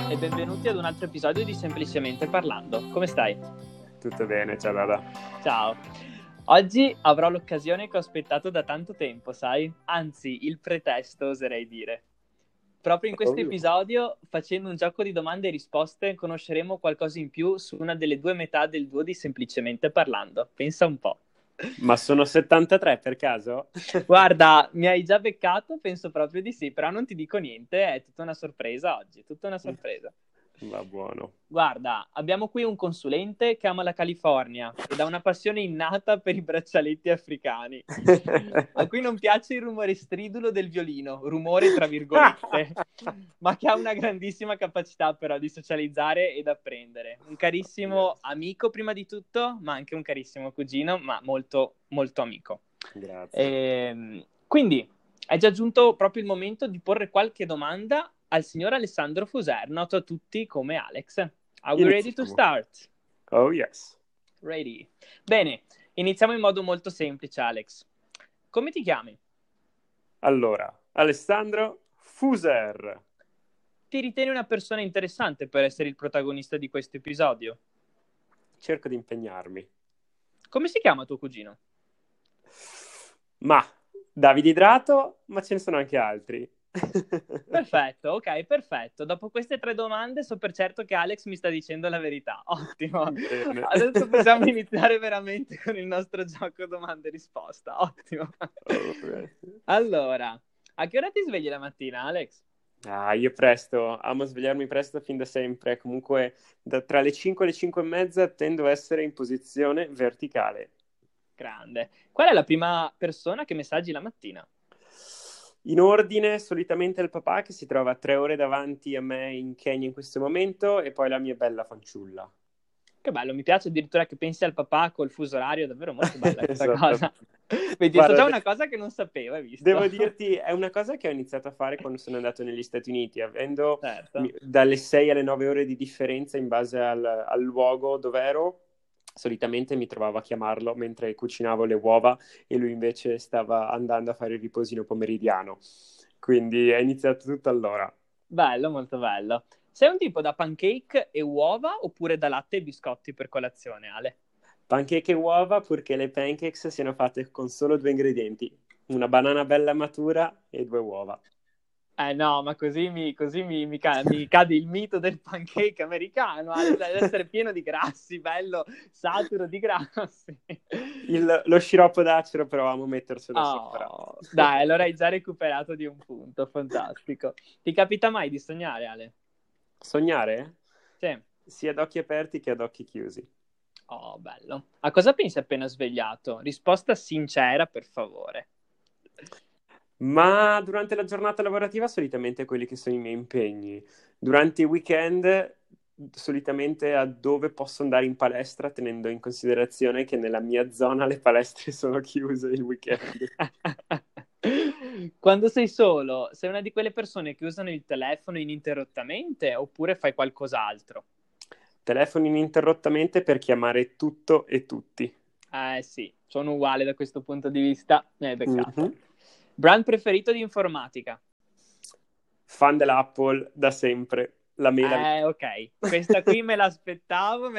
e benvenuti ad un altro episodio di Semplicemente Parlando. Come stai? Tutto bene, ciao Dada. Ciao. Oggi avrò l'occasione che ho aspettato da tanto tempo, sai? Anzi, il pretesto, oserei dire. Proprio in questo episodio, facendo un gioco di domande e risposte, conosceremo qualcosa in più su una delle due metà del duo di Semplicemente Parlando. Pensa un po'. Ma sono 73 per caso? Guarda, mi hai già beccato? Penso proprio di sì, però non ti dico niente, è tutta una sorpresa oggi, tutta una sorpresa. Va buono. Guarda, abbiamo qui un consulente che ama la California ed ha una passione innata per i braccialetti africani, a cui non piace il rumore stridulo del violino, rumore tra virgolette, ma che ha una grandissima capacità però di socializzare ed apprendere. Un carissimo amico prima di tutto, ma anche un carissimo cugino, ma molto, molto amico. Grazie. Quindi è già giunto proprio il momento di porre qualche domanda al signor Alessandro Fuser, noto a tutti come Alex. Are we ready to start? Oh yes. Ready. Bene, iniziamo in modo molto semplice, Alex. Come ti chiami? Allora, Alessandro Fuser. Ti ritieni una persona interessante per essere il protagonista di questo episodio? Cerco di impegnarmi. Come si chiama tuo cugino? Ma Davide Idrato, ma ce ne sono anche altri. Perfetto, ok, perfetto. Dopo queste 3 domande so per certo che Alex mi sta dicendo la verità. Ottimo. Bene. Adesso possiamo iniziare veramente con il nostro gioco domande e risposta. Ottimo. Allora, a che ora ti svegli la mattina, Alex? Io presto, amo svegliarmi presto fin da sempre. Comunque, tra le 5 e le 5 e mezza tendo a essere in posizione verticale. Grande. Qual è la prima persona che messaggi la mattina? In ordine, solitamente il papà che si trova 3 ore davanti a me in Kenya in questo momento e poi la mia bella fanciulla. Che bello, mi piace addirittura che pensi al papà col fuso orario, è davvero molto bella questa cosa. Vedi, Guarda, so già una cosa che non sapevo, hai visto? Devo dirti, è una cosa che ho iniziato a fare quando sono andato negli Stati Uniti, avendo Certo. dalle 6 alle 9 ore di differenza in base al luogo dove ero. Solitamente mi trovavo a chiamarlo mentre cucinavo le uova e lui invece stava andando a fare il riposino pomeridiano. Quindi è iniziato tutto allora. Bello, molto bello. Sei un tipo da pancake e uova oppure da latte e biscotti per colazione, Ale? Pancake e uova, purché le pancakes siano fatte con solo 2 ingredienti, una banana bella matura e 2 uova. No, ma così mi cade il mito del pancake americano, Ale, deve essere pieno di grassi, bello saturo di grassi. Lo sciroppo d'acero però amo metterselo sopra. Dai, allora hai già recuperato di un punto, fantastico. Ti capita mai di sognare, Ale? Sognare? Sì. Sia ad occhi aperti che ad occhi chiusi. Oh, bello. A cosa pensi appena svegliato? Risposta sincera, per favore. Ma durante la giornata lavorativa solitamente quelli che sono i miei impegni. Durante i weekend solitamente a dove posso andare in palestra tenendo in considerazione che nella mia zona le palestre sono chiuse il weekend. Quando sei solo, sei una di quelle persone che usano il telefono ininterrottamente oppure fai qualcos'altro? Telefono ininterrottamente per chiamare tutto e tutti. Sì, sono uguale da questo punto di vista, mi hai beccato. Mm-hmm. Brand preferito di informatica? Fan dell'Apple da sempre. La mela. Ok, questa qui me l'aspettavo.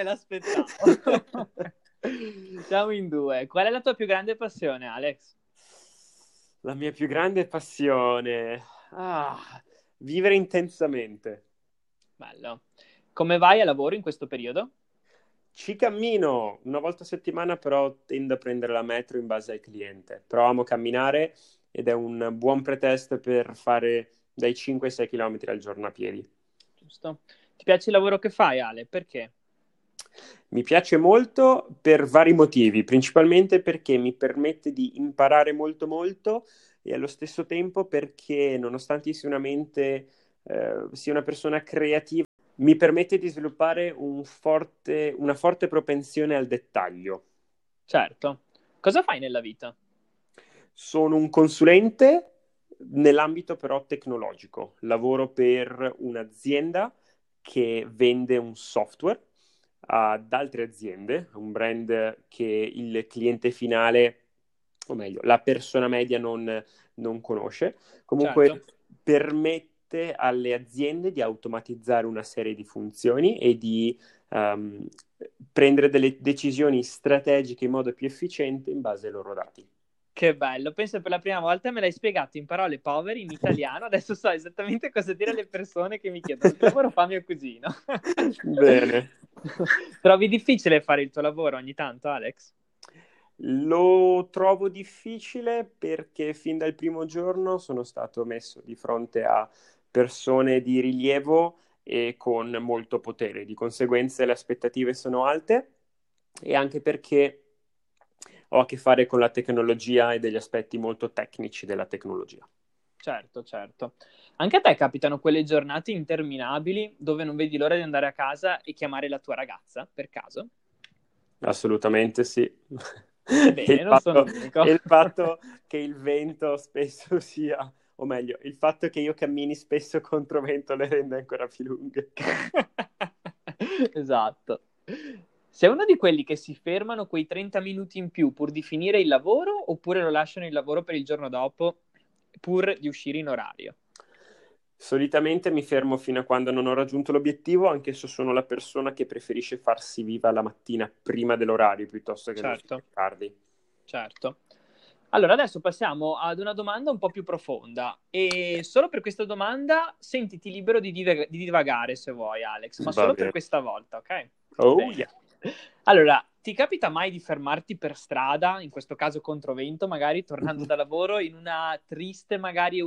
Siamo in 2. Qual è la tua più grande passione, Alex? La mia più grande passione. Vivere intensamente. Bello. Come vai a lavoro in questo periodo? Ci cammino una volta a settimana, però tendo a prendere la metro in base al cliente. Però amo camminare ed è un buon pretesto per fare dai 5 ai 6 km al giorno a piedi. Giusto. Ti piace il lavoro che fai, Ale? Perché? Mi piace molto per vari motivi, principalmente perché mi permette di imparare molto molto e allo stesso tempo perché, nonostante io sia sia una persona creativa, mi permette di sviluppare una forte propensione al dettaglio. Certo. Cosa fai nella vita? Sono un consulente nell'ambito però tecnologico. Lavoro per un'azienda che vende un software ad altre aziende, un brand che il cliente finale, o meglio, la persona media non conosce. Comunque Certo. permette alle aziende di automatizzare una serie di funzioni e di prendere delle decisioni strategiche in modo più efficiente in base ai loro dati. Che bello, penso per la prima volta me l'hai spiegato in parole povere, in italiano, adesso so esattamente cosa dire alle persone che mi chiedono che lavoro fa mio cugino. Bene. Trovi difficile fare il tuo lavoro ogni tanto, Alex? Lo trovo difficile perché fin dal primo giorno sono stato messo di fronte a persone di rilievo e con molto potere, di conseguenza le aspettative sono alte e anche perché ho a che fare con la tecnologia e degli aspetti molto tecnici della tecnologia. Certo, certo. Anche a te capitano quelle giornate interminabili dove non vedi l'ora di andare a casa e chiamare la tua ragazza, per caso? Assolutamente sì. Bene, non sono l'unico. Il fatto che il vento spesso sia, o meglio, il fatto che io cammini spesso contro vento le rende ancora più lunghe. Esatto. Sei uno di quelli che si fermano quei 30 minuti in più pur di finire il lavoro oppure lo lasciano il lavoro per il giorno dopo pur di uscire in orario? Solitamente mi fermo fino a quando non ho raggiunto l'obiettivo, anche se sono la persona che preferisce farsi viva la mattina prima dell'orario piuttosto che non Certo, finire tardi. certo. Allora, adesso passiamo ad una domanda un po' più profonda e solo per questa domanda sentiti libero di divagare se vuoi, Alex, ma Va solo per bene. questa volta, ok? Oh Bene. yeah. Allora, ti capita mai di fermarti per strada, in questo caso controvento, magari tornando da lavoro in una triste, magari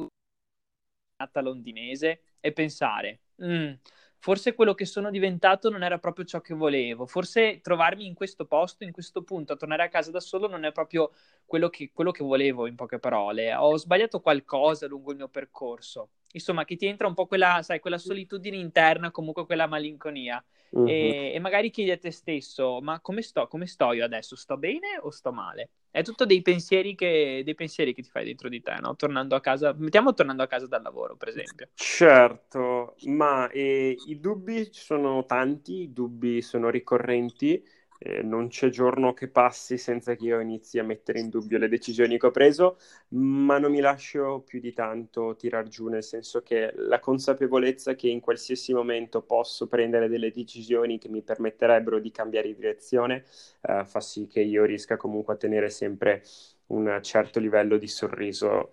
londinese e pensare, forse quello che sono diventato non era proprio ciò che volevo, forse trovarmi in questo posto, in questo punto, a tornare a casa da solo non è proprio quello che volevo, in poche parole, ho sbagliato qualcosa lungo il mio percorso, insomma, che ti entra un po' quella, sai, quella solitudine interna, comunque quella malinconia. Mhm. E magari chiedi a te stesso, ma come sto io adesso? Sto bene o sto male? È tutto dei pensieri che ti fai dentro di te, no? Tornando a casa, mettiamo tornando a casa dal lavoro, per esempio. Certo, ma i dubbi sono tanti, i dubbi sono ricorrenti, non c'è giorno che passi senza che io inizi a mettere in dubbio le decisioni che ho preso, ma non mi lascio più di tanto tirar giù, nel senso che la consapevolezza che in qualsiasi momento posso prendere delle decisioni che mi permetterebbero di cambiare direzione, fa sì che io riesca comunque a tenere sempre un certo livello di sorriso,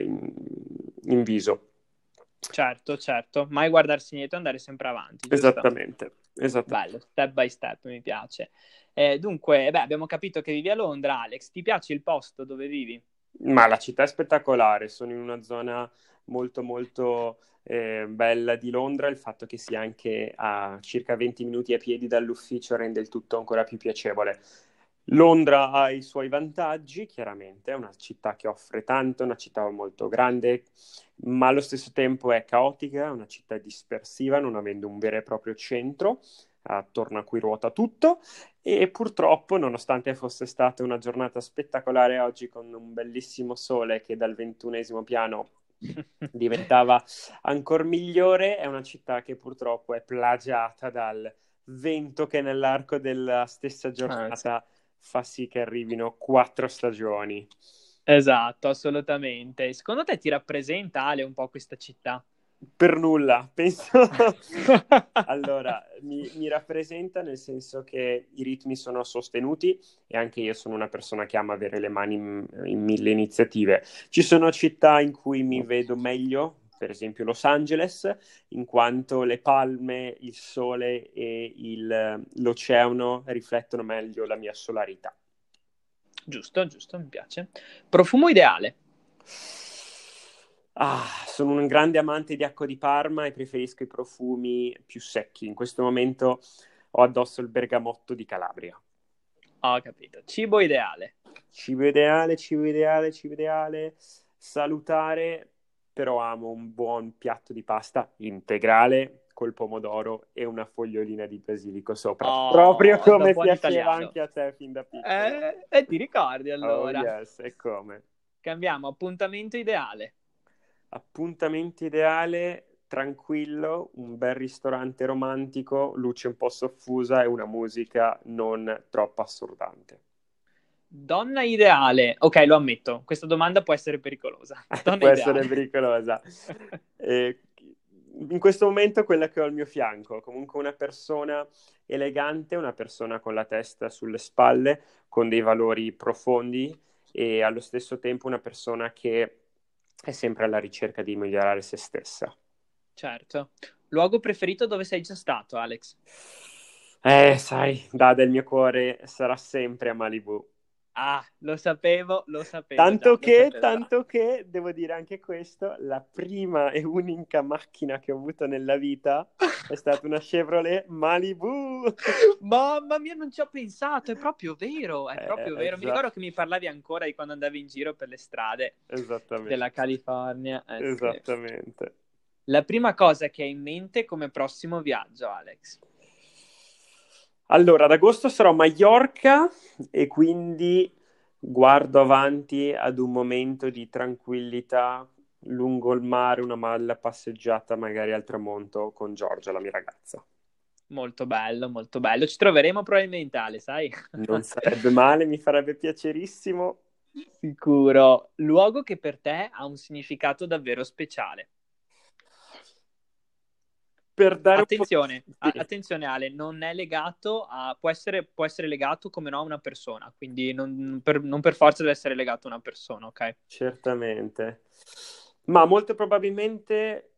in viso. Certo, certo, mai guardarsi indietro e andare sempre avanti, giusto? Esattamente, esattamente. Bello, step by step, mi piace. Dunque, beh, abbiamo capito che vivi a Londra, Alex. Ti piace il posto dove vivi? Ma la città è spettacolare, sono in una zona molto molto bella di Londra, il fatto che sia anche a circa 20 minuti a piedi dall'ufficio rende il tutto ancora più piacevole. Londra ha i suoi vantaggi, chiaramente, è una città che offre tanto, una città molto grande, ma allo stesso tempo è caotica, è una città dispersiva, non avendo un vero e proprio centro attorno a cui ruota tutto. E purtroppo, nonostante fosse stata una giornata spettacolare oggi con un bellissimo sole che dal 21° piano diventava ancora migliore, è una città che purtroppo è plagiata dal vento che nell'arco della stessa Sì. giornata fa sì che arrivino 4 stagioni. Esatto, assolutamente. Secondo te ti rappresenta, Ale, un po' questa città? Per nulla, penso. Allora, mi rappresenta nel senso che i ritmi sono sostenuti e anche io sono una persona che ama avere le mani in mille iniziative. Ci sono città in cui mi vedo meglio, per esempio Los Angeles, in quanto le palme, il sole e l'oceano riflettono meglio la mia solarità. Giusto, giusto, mi piace. Profumo ideale. Sono un grande amante di acqua di Parma e preferisco i profumi più secchi. In questo momento ho addosso il bergamotto di Calabria. Ho capito. Cibo ideale. Cibo ideale, cibo ideale, cibo ideale. Salutare, però amo un buon piatto di pasta integrale col pomodoro e una fogliolina di basilico sopra. Proprio Oh, da come buon piaceva italiano. anche a te fin da piccolo. Ti ricordi Oh allora? yes, e come? Cambiamo, appuntamento ideale. Appuntamento ideale, tranquillo, un bel ristorante romantico, luce un po' soffusa e una musica non troppo assordante. Donna ideale. Ok, lo ammetto, questa domanda può essere pericolosa. Donna Può essere ideale. pericolosa. Eh, in questo momento quella che ho al mio fianco, comunque una persona elegante, una persona con la testa sulle spalle, con dei valori profondi e allo stesso tempo una persona che è sempre alla ricerca di migliorare se stessa. Certo. Luogo preferito dove sei già stato, Alex? Sai, del mio cuore sarà sempre a Malibu. Ah, lo sapevo già, lo sapevo già. Tanto che, devo dire anche questo, la prima e unica macchina che ho avuto nella vita è stata una Chevrolet Malibu. Mamma mia, non ci ho pensato, è proprio vero, è proprio vero. Mi ricordo che mi parlavi ancora di quando andavi in giro per le strade della California. Sì. Esattamente. La prima cosa che hai in mente come prossimo viaggio, Alex? Allora, ad agosto sarò a Maiorca e quindi guardo avanti ad un momento di tranquillità lungo il mare, una bella passeggiata magari al tramonto con Giorgia, la mia ragazza. Molto bello, molto bello. Ci troveremo probabilmente, Ale, sai? Non sarebbe male, mi farebbe piacerissimo. Sicuro. Luogo che per te ha un significato davvero speciale. Per dare Attenzione, un po'... Sì. attenzione Ale, non è legato a... può essere legato come no a una persona, quindi non per forza deve essere legato a una persona, ok? Certamente. Ma molto probabilmente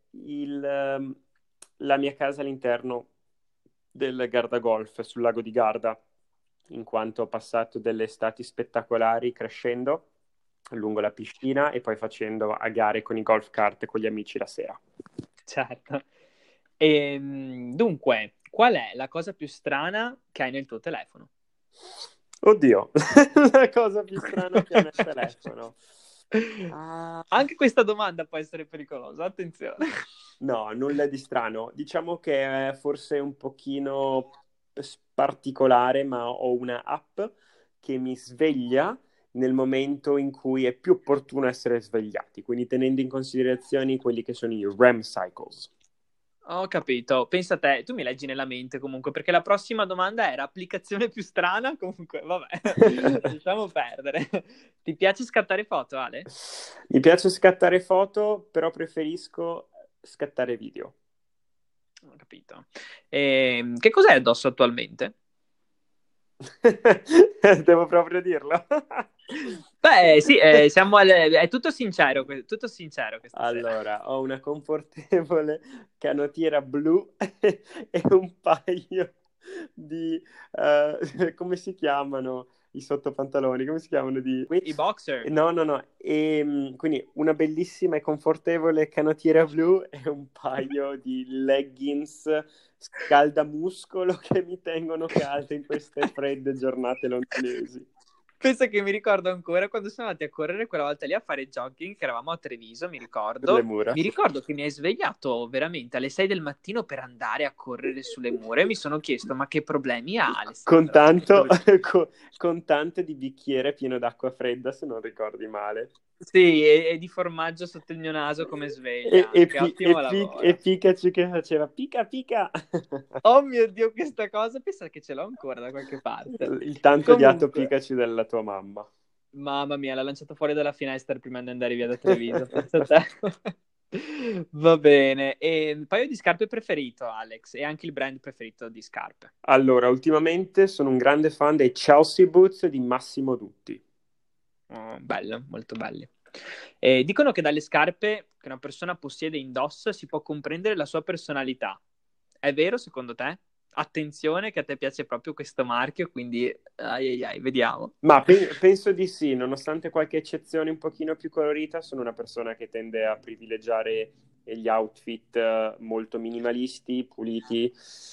la mia casa all'interno del Garda Golf sul lago di Garda, in quanto ho passato delle estati spettacolari crescendo lungo la piscina e poi facendo a gare con i golf kart con gli amici la sera. Certo. Dunque, qual è la cosa più strana che hai nel tuo telefono? Oddio, la cosa più strana che ho nel telefono. Anche questa domanda può essere pericolosa, attenzione. No, nulla di strano. Diciamo che è forse un pochino particolare, ma ho una app che mi sveglia nel momento in cui è più opportuno essere svegliati, quindi tenendo in considerazione quelli che sono i REM cycles. Ho capito. Pensa a te, tu mi leggi nella mente comunque, perché la prossima domanda era applicazione più strana, comunque, vabbè, lasciamo perdere. Ti piace scattare foto, Ale? Mi piace scattare foto, però preferisco scattare video. Ho capito. Che cos'hai addosso attualmente? Devo proprio dirlo. Beh, sì, è tutto sincero, tutto sincero questa sera. Allora, ho una confortevole canottiera blu e un paio di... come si chiamano i sottopantaloni? Come si chiamano? I boxer. No, no, no. Quindi una bellissima e confortevole canottiera blu e un paio di leggings scaldamuscolo che mi tengono caldo in queste fredde giornate londinesi. Pensa che mi ricordo ancora quando siamo andati a correre quella volta lì a fare jogging, che eravamo a Treviso, mi Per le ricordo. mura. Mi ricordo che mi hai svegliato veramente alle 6 del mattino per andare a correre sulle mura e mi sono chiesto, ma che problemi ha Alessandro? Con tanto di bicchiere pieno d'acqua fredda, se non ricordi male. Sì, e di formaggio sotto il mio naso come sveglia. Che ottimo lavoro. E Pikachu che faceva pica pica. Oh mio Dio, questa cosa, pensa che ce l'ho ancora da qualche parte. Il tanto odiato Comunque, Pikachu della tua mamma. mamma mia, l'ha lanciato fuori dalla finestra prima di andare via da Treviso. Pensa a te. Va bene. E un paio di scarpe preferito, Alex, e anche il brand preferito di scarpe. Allora, ultimamente sono un grande fan dei Chelsea Boots di Massimo Dutti. Oh, bello, molto belli. Dicono che dalle scarpe che una persona possiede e indossa si può comprendere la sua personalità. È vero secondo te? Attenzione che a te piace proprio questo marchio, quindi vediamo. Ma penso di sì, nonostante qualche eccezione un pochino più colorita, sono una persona che tende a privilegiare gli outfit molto minimalisti, puliti,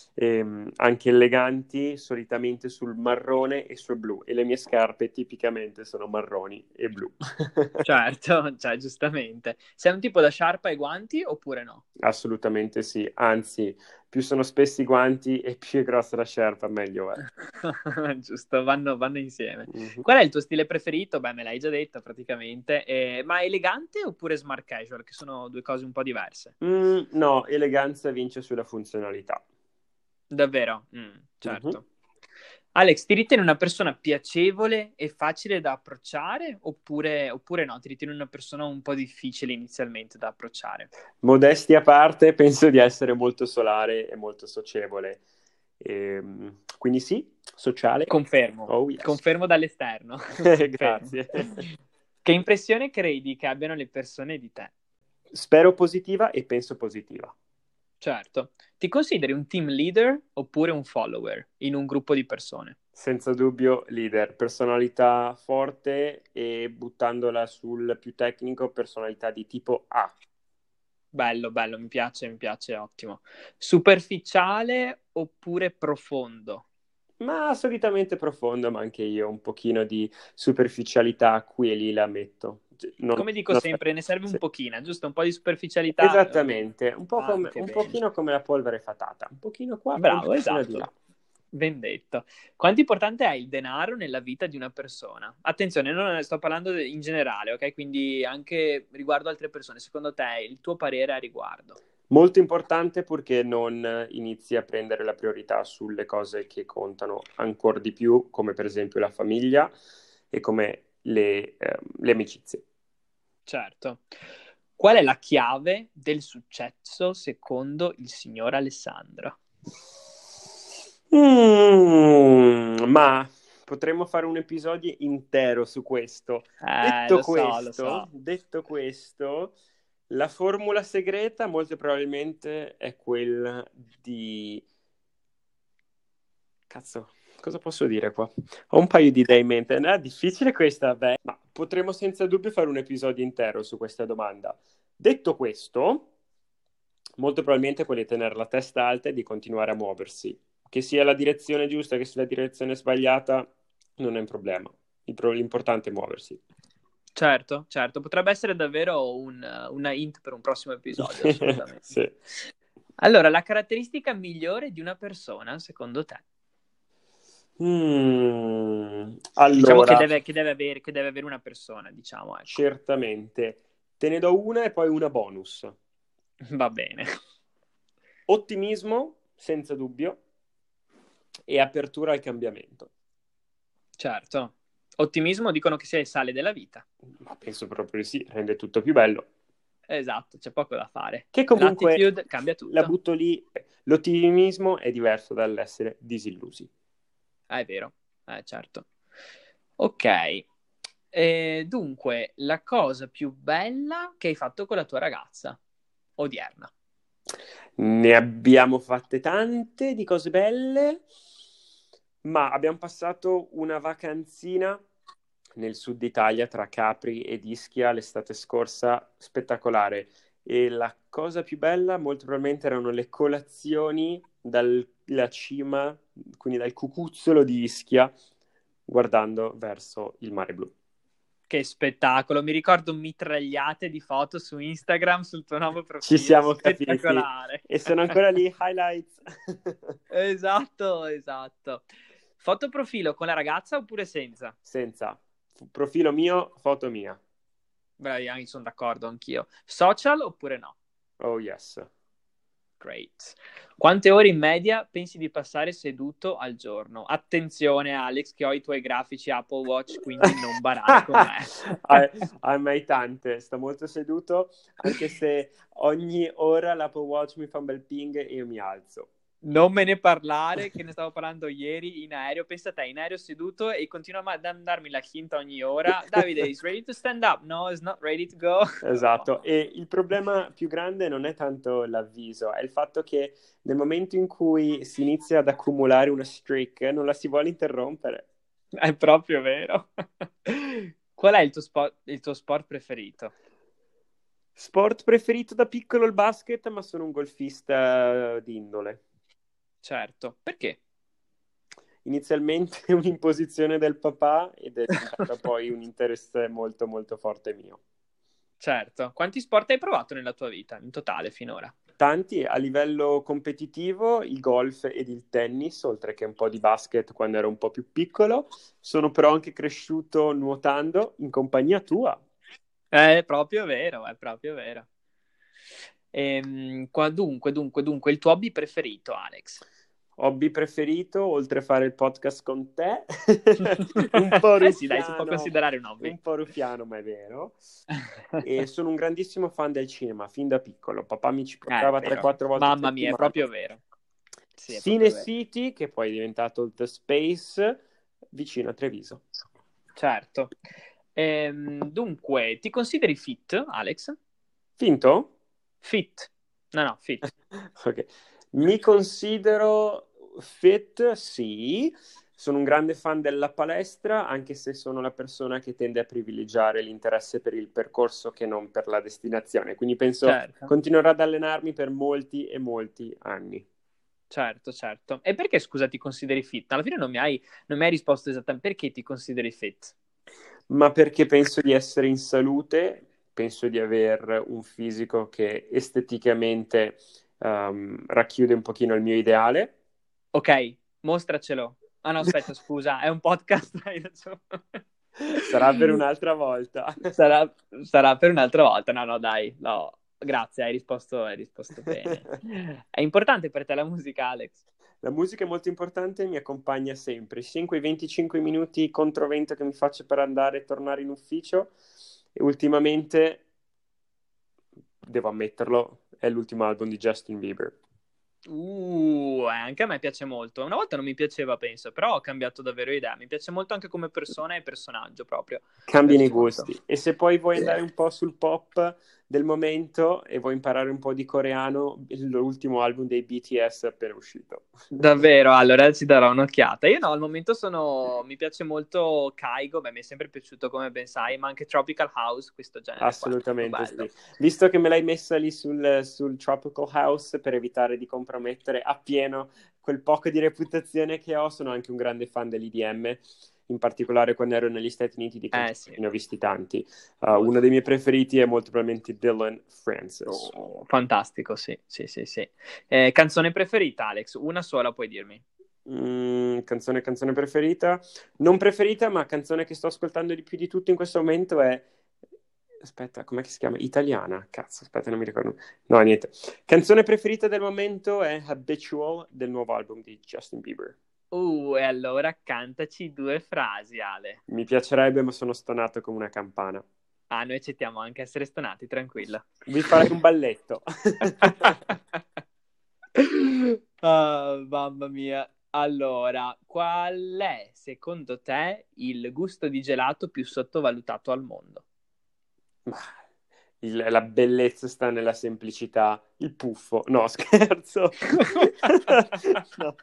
anche eleganti, solitamente sul marrone e sul blu. E le mie scarpe tipicamente sono marroni e blu. Certo, cioè, giustamente. Sei un tipo da sciarpa e guanti oppure no? Assolutamente sì, anzi, più sono spessi i guanti e più è grossa la sciarpa, meglio è. Giusto, vanno insieme. Mm-hmm. Qual è il tuo stile preferito? Beh, me l'hai già detto praticamente. Ma elegante oppure smart casual? Che sono due cose un po' diverse. No, eleganza vince sulla funzionalità. Davvero? Certo. Mm-hmm. Alex, ti ritieni una persona piacevole e facile da approcciare oppure no? Ti ritieni una persona un po' difficile inizialmente da approcciare? Modestia a parte, penso di essere molto solare e molto socievole. Quindi sì, sociale. Confermo, Oh yes. confermo dall'esterno, confermo. Grazie. Che impressione credi che abbiano le persone di te? Spero positiva e penso positiva. Certo. Ti consideri un team leader oppure un follower in un gruppo di persone? Senza dubbio leader, personalità forte e buttandola sul più tecnico, personalità di tipo A. Bello, bello, mi piace, ottimo. Superficiale oppure profondo? Ma solitamente profondo, ma anche io un pochino di superficialità qui e lì la metto. Come dico sempre, ne serve un sì. pochino, giusto? Un po' di superficialità. Esattamente, un po' come, Anche un bene. pochino come la polvere fatata, un pochino qua e un Bravo, pochino di esatto. là. Ben detto. Quanto importante è il denaro nella vita di una persona? Attenzione, non sto parlando in generale, ok? Quindi anche riguardo altre persone. Secondo te, il tuo parere a riguardo? Molto importante purché non inizi a prendere la priorità sulle cose che contano ancora di più, come per esempio la famiglia e come le amicizie. Certo. Qual è la chiave del successo secondo il signor Alessandro? Ma potremmo fare un episodio intero su questo. Lo so, lo so. Detto questo, la formula segreta molto probabilmente è quella di... Cazzo, cosa posso dire qua? Ho un paio di idee in mente. È difficile questa, beh, ma potremmo senza dubbio fare un episodio intero su questa domanda. Detto questo, molto probabilmente quello di tenere la testa alta e di continuare a muoversi. Che sia la direzione giusta, che sia la direzione sbagliata, non è un problema. L'importante è muoversi. Certo, certo. Potrebbe essere davvero una hint per un prossimo episodio, assolutamente. Sì. Allora, la caratteristica migliore di una persona, secondo te? Diciamo Allora, che deve avere una persona, diciamo, ecco. certamente. Te ne do una e poi una bonus. Va bene. Ottimismo, senza dubbio, e apertura al cambiamento. Certo. Ottimismo dicono che sia il sale della vita. Ma penso proprio di sì, rende tutto più bello. Esatto, c'è poco da fare. Che comunque, L'attitude cambia la tutto. butto lì, l'ottimismo è diverso dall'essere disillusi. È vero, certo. Ok. Dunque, la cosa più bella che hai fatto con la tua ragazza odierna? Ne abbiamo fatte tante di cose belle, ma abbiamo passato una vacanzina nel sud Italia tra Capri ed Ischia l'estate scorsa, spettacolare. E la cosa più bella, molto probabilmente, erano le colazioni dalla cima, quindi dal cucuzzolo di Ischia, guardando verso il mare blu. Che spettacolo! Mi ricordo mitragliate di foto su Instagram sul tuo nuovo Ci profilo. siamo capiti. Spettacolare. E sono ancora lì, highlights. Esatto, esatto. Foto profilo con la ragazza oppure senza? Senza. Profilo mio, foto mia. Bravi, sono d'accordo anch'io. Social oppure no? Oh yes. Great. Quante ore in media pensi di passare seduto al giorno? Attenzione Alex, che ho i tuoi grafici Apple Watch, quindi non barare con me. Hai mai tante, sto molto seduto, anche se ogni ora l'Apple Watch mi fa un bel ping e io mi alzo. Non me ne parlare, che ne stavo parlando ieri in aereo. Pensa a te, in aereo seduto e continua a darmi la hint ogni ora. Davide, is ready to stand up? No, is not ready to go. Esatto, No. e il problema più grande non è tanto l'avviso, è il fatto che nel momento in cui si inizia ad accumulare una streak, non la si vuole interrompere. È proprio vero. Qual è il tuo sport preferito? Sport preferito da piccolo il basket, ma sono un golfista di indole. Certo, perché? Inizialmente un'imposizione del papà ed è diventata poi un interesse molto molto forte mio. Certo. Quanti sport hai provato nella tua vita in totale finora? Tanti a livello competitivo, il golf ed il tennis, oltre che un po' di basket quando ero un po' più piccolo. Sono però anche cresciuto nuotando in compagnia tua. È proprio vero, è proprio vero. Dunque, il tuo hobby preferito, Alex? Hobby preferito, oltre a fare il podcast con te, un po' ruffiano, Sì, dai, si può considerare un hobby. un po' ruffiano, ma è vero. E sono un grandissimo fan del cinema, fin da piccolo. Papà mi ci È portava vero. 3-4 volte a Mamma mia, è settimana. proprio vero. Sì, è Cine proprio vero. City, che poi è diventato The Space, vicino a Treviso. Certo. Dunque, ti consideri fit, Alex? Finto? Fit. No, fit. Ok. Mi considero fit, sì. Sono un grande fan della palestra, anche se sono la persona che tende a privilegiare l'interesse per il percorso che non per la destinazione. Quindi penso Certo, continuerò ad allenarmi per molti e molti anni. certo. E perché, scusa, ti consideri fit? Alla fine non mi hai risposto esattamente perché ti consideri fit. Ma perché penso di essere in salute, penso di aver un fisico che esteticamente racchiude un pochino il mio ideale. Ok, mostracelo. Ah no, aspetta, scusa, è un podcast, hai ragione. Sarà per un'altra volta. Sarà per un'altra volta. No, dai, no. Grazie, hai risposto bene. È importante per te la musica, Alex? La musica è molto importante, mi accompagna sempre, sia in quei 25 minuti controvento che mi faccio per andare e tornare in ufficio. E ultimamente, devo ammetterlo, è l'ultimo album di Justin Bieber. Anche a me piace molto. Una volta non mi piaceva, penso, però ho cambiato davvero idea. Mi piace molto anche come persona e personaggio proprio. Mi Cambiano i piace molto. gusti. E se poi vuoi andare un po' sul pop del momento e vuoi imparare un po' di coreano, l'ultimo album dei BTS è appena uscito. Davvero, allora ci darò un'occhiata. Io no, al momento mi piace molto Kaigo, beh, mi è sempre piaciuto come ben sai, ma anche Tropical House, questo genere qua, è molto Assolutamente bello. sì. Visto che me l'hai messa lì sul Tropical House, per evitare di compromettere appieno quel poco di reputazione che ho, sono anche un grande fan dell'EDM, in particolare quando ero negli Stati Uniti di concerti, Sì, ne ho visti tanti. molto. Uno dei miei preferiti è molto probabilmente Dylan Francis. Fantastico, sì. Canzone preferita, Alex? Una sola puoi dirmi. Canzone preferita? Non preferita, ma canzone che sto ascoltando di più di tutto in questo momento è... Aspetta, com'è che si chiama? Italiana? Cazzo, aspetta, non mi ricordo. No, niente. Canzone preferita del momento è Habitual del nuovo album di Justin Bieber. E allora cantaci 2 frasi, Ale. Mi piacerebbe, ma sono stonato come una campana. Ah, noi accettiamo anche essere stonati, tranquilla. Vi farei un balletto. Mamma mia. Allora, qual è secondo te il gusto di gelato più sottovalutato al mondo? Ma la bellezza sta nella semplicità. Il puffo. No, scherzo. No,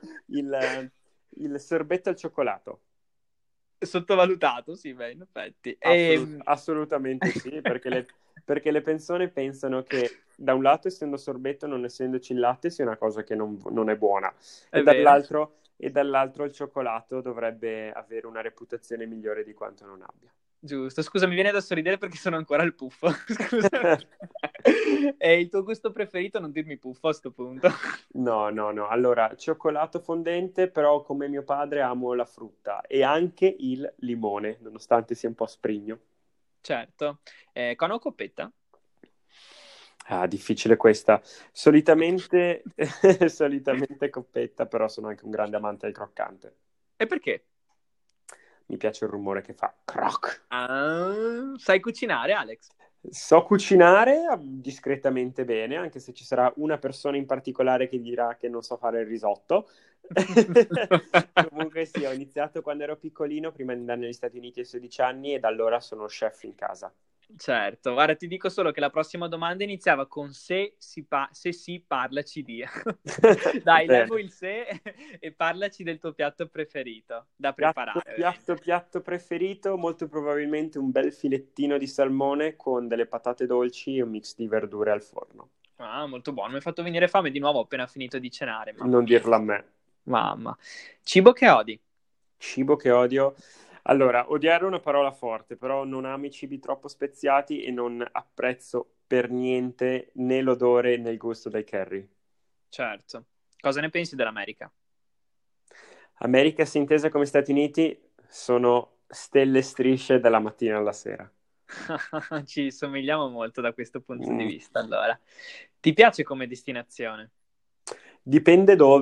il sorbetto al cioccolato. Sottovalutato, sì, beh, in effetti. Assolutamente sì, perché le persone pensano che da un lato, essendo sorbetto, non essendoci il latte, sia una cosa che non è buona, È vero. e dall'altro il cioccolato dovrebbe avere una reputazione migliore di quanto non abbia. Giusto, scusa, mi viene da sorridere perché sono ancora al puffo. Scusa. E il tuo gusto preferito? Non dirmi puffo a sto punto. No. Allora, cioccolato fondente, però come mio padre amo la frutta e anche il limone, nonostante sia un po' sprigno. Certo. Con o coppetta? Ah, difficile questa. Solitamente, solitamente coppetta, però sono anche un grande amante del croccante. E perché? Mi piace il rumore che fa croc. Ah, sai cucinare, Alex? So cucinare discretamente bene, anche se ci sarà una persona in particolare che dirà che non so fare il risotto. Comunque sì, ho iniziato quando ero piccolino, prima di andare negli Stati Uniti a 16 anni, e da allora sono chef in casa. Certo, guarda, ti dico solo che la prossima domanda iniziava con se sì, parlaci di. Dai, levo Bene. il se e parlaci del tuo piatto preferito da preparare, ovviamente. Piatto preferito, molto probabilmente un bel filettino di salmone con delle patate dolci e un mix di verdure al forno. Ah, molto buono, mi hai fatto venire fame di nuovo, ho appena finito di cenare, mamma Non mia. dirlo a me. Mamma. Cibo che odi? Cibo che odio. Allora, odiare è una parola forte, però non amo i cibi troppo speziati e non apprezzo per niente né l'odore né il gusto del curry. Certo. Cosa ne pensi dell'America? America, se intesa come Stati Uniti, sono stelle e strisce dalla mattina alla sera. Ci somigliamo molto da questo punto di Mm. vista, allora. Ti piace come destinazione? Dipende dove,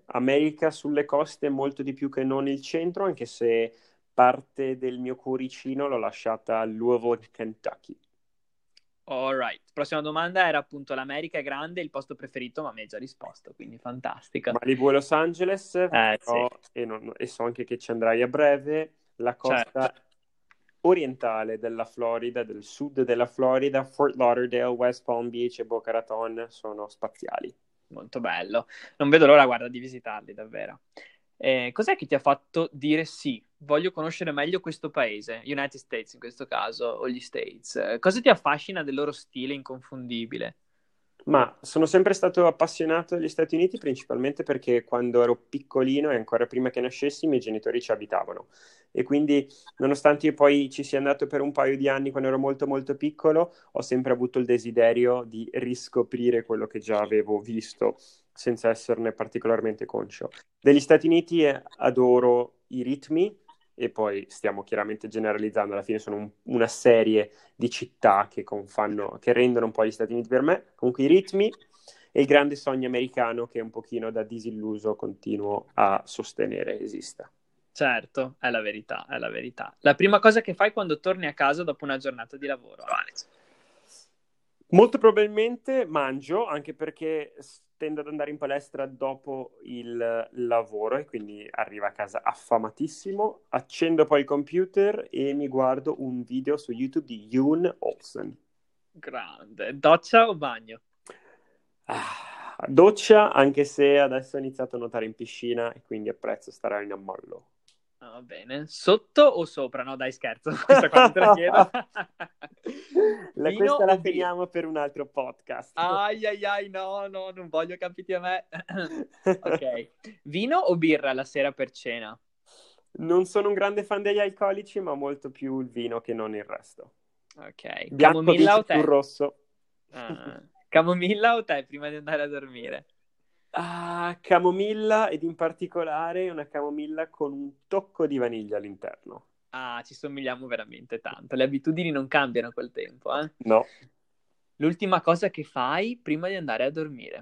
America sulle coste molto di più che non il centro, anche se parte del mio cuoricino l'ho lasciata a Louisville, Kentucky. Alright, prossima domanda era appunto l'America è grande, il posto preferito, ma mi hai già risposto, quindi fantastica. Malibu e Los Angeles, Sì, e so anche che ci andrai a breve, la certo, costa orientale della Florida, del sud della Florida, Fort Lauderdale, West Palm Beach e Boca Raton sono spaziali. molto bello. Non vedo l'ora, guarda, di visitarli, davvero. Cos'è che ti ha fatto dire sì? Voglio conoscere meglio questo paese, United States in questo caso, o gli States. Cosa ti affascina del loro stile inconfondibile? Ma sono sempre stato appassionato degli Stati Uniti principalmente perché quando ero piccolino e ancora prima che nascessi i miei genitori ci abitavano e quindi nonostante io poi ci sia andato per un paio di anni quando ero molto molto piccolo, ho sempre avuto il desiderio di riscoprire quello che già avevo visto senza esserne particolarmente conscio. Degli Stati Uniti adoro i ritmi e poi stiamo chiaramente generalizzando, alla fine sono una serie di città che rendono un po' gli Stati Uniti per me. Comunque i ritmi e il grande sogno americano che un pochino da disilluso continuo a sostenere esista. Certo, è la verità, è la verità. La prima cosa che fai quando torni a casa dopo una giornata di lavoro, Alex? Molto probabilmente mangio, anche perché tendo ad andare in palestra dopo il lavoro e quindi arrivo a casa affamatissimo, accendo poi il computer e mi guardo un video su YouTube di Yoon Olsen. Grande. Doccia o bagno? Doccia, anche se adesso ho iniziato a nuotare in piscina e quindi apprezzo stare in ammollo. Va bene. Sotto o sopra? No, dai, scherzo. Questa qua non te la chiedo. Vino Questa la o birra? teniamo per un altro podcast. Ai ai ai, no, no, non voglio capiti a me. Ok. Vino o birra la sera per cena? Non sono un grande fan degli alcolici, ma molto più il vino che non il resto. Ok. Bianco Camomilla vince o sul tè? rosso. Camomilla o tè prima di andare a dormire? Camomilla ed in particolare una camomilla con un tocco di vaniglia all'interno. Ah, ci somigliamo veramente tanto. Le abitudini non cambiano col tempo, eh? No. L'ultima cosa che fai prima di andare a dormire?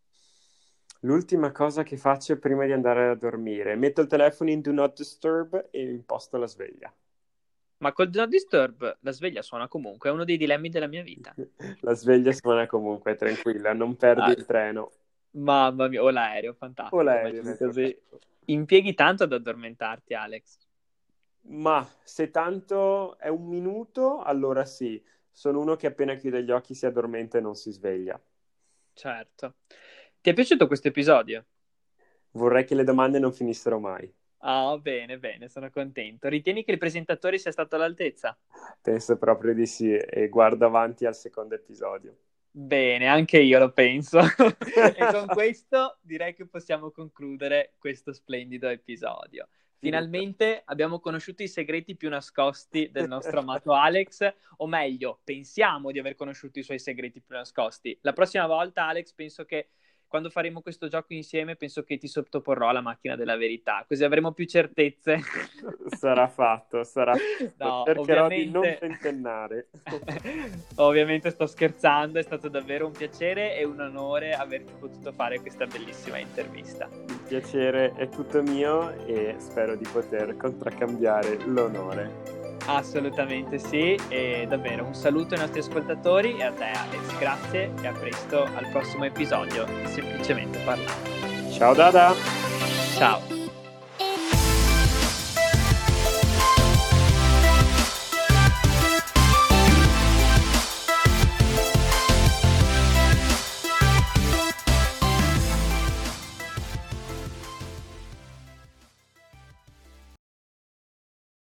L'ultima cosa che faccio prima di andare a dormire, metto il telefono in Do Not Disturb e imposto la sveglia. Ma col Do Not Disturb la sveglia suona comunque, è uno dei dilemmi della mia vita. La sveglia suona comunque, tranquilla, non perdi il treno. Mamma mia, o l'aereo, O fantastico, l'aereo, immagini nel tuo così. caso. Impieghi tanto ad addormentarti, Alex? Ma se tanto è un minuto, allora sì. Sono uno che appena chiude gli occhi si addormenta e non si sveglia. Certo. Ti è piaciuto questo episodio? Vorrei che le domande non finissero mai. Ah, bene, bene, sono contento. Ritieni che il presentatore sia stato all'altezza? Penso proprio di sì e guardo avanti al secondo episodio. Bene, anche io lo penso. E con questo direi che possiamo concludere questo splendido episodio. Finalmente abbiamo conosciuto i segreti più nascosti del nostro amato Alex, o meglio, pensiamo di aver conosciuto i suoi segreti più nascosti. La prossima volta, Alex, penso che quando faremo questo gioco insieme, penso che ti sottoporrò alla macchina della verità, così avremo più certezze. Sarà fatto, sarà fatto. No, Cercherò di non ovviamente... tentennare. Ovviamente sto scherzando, è stato davvero un piacere e un onore averti potuto fare questa bellissima intervista. Il piacere è tutto mio e spero di poter contraccambiare l'onore. Assolutamente sì, e davvero un saluto ai nostri ascoltatori e a te Alex, grazie e a presto al prossimo episodio di Semplicemente Parlando. Ciao Dada! Ciao!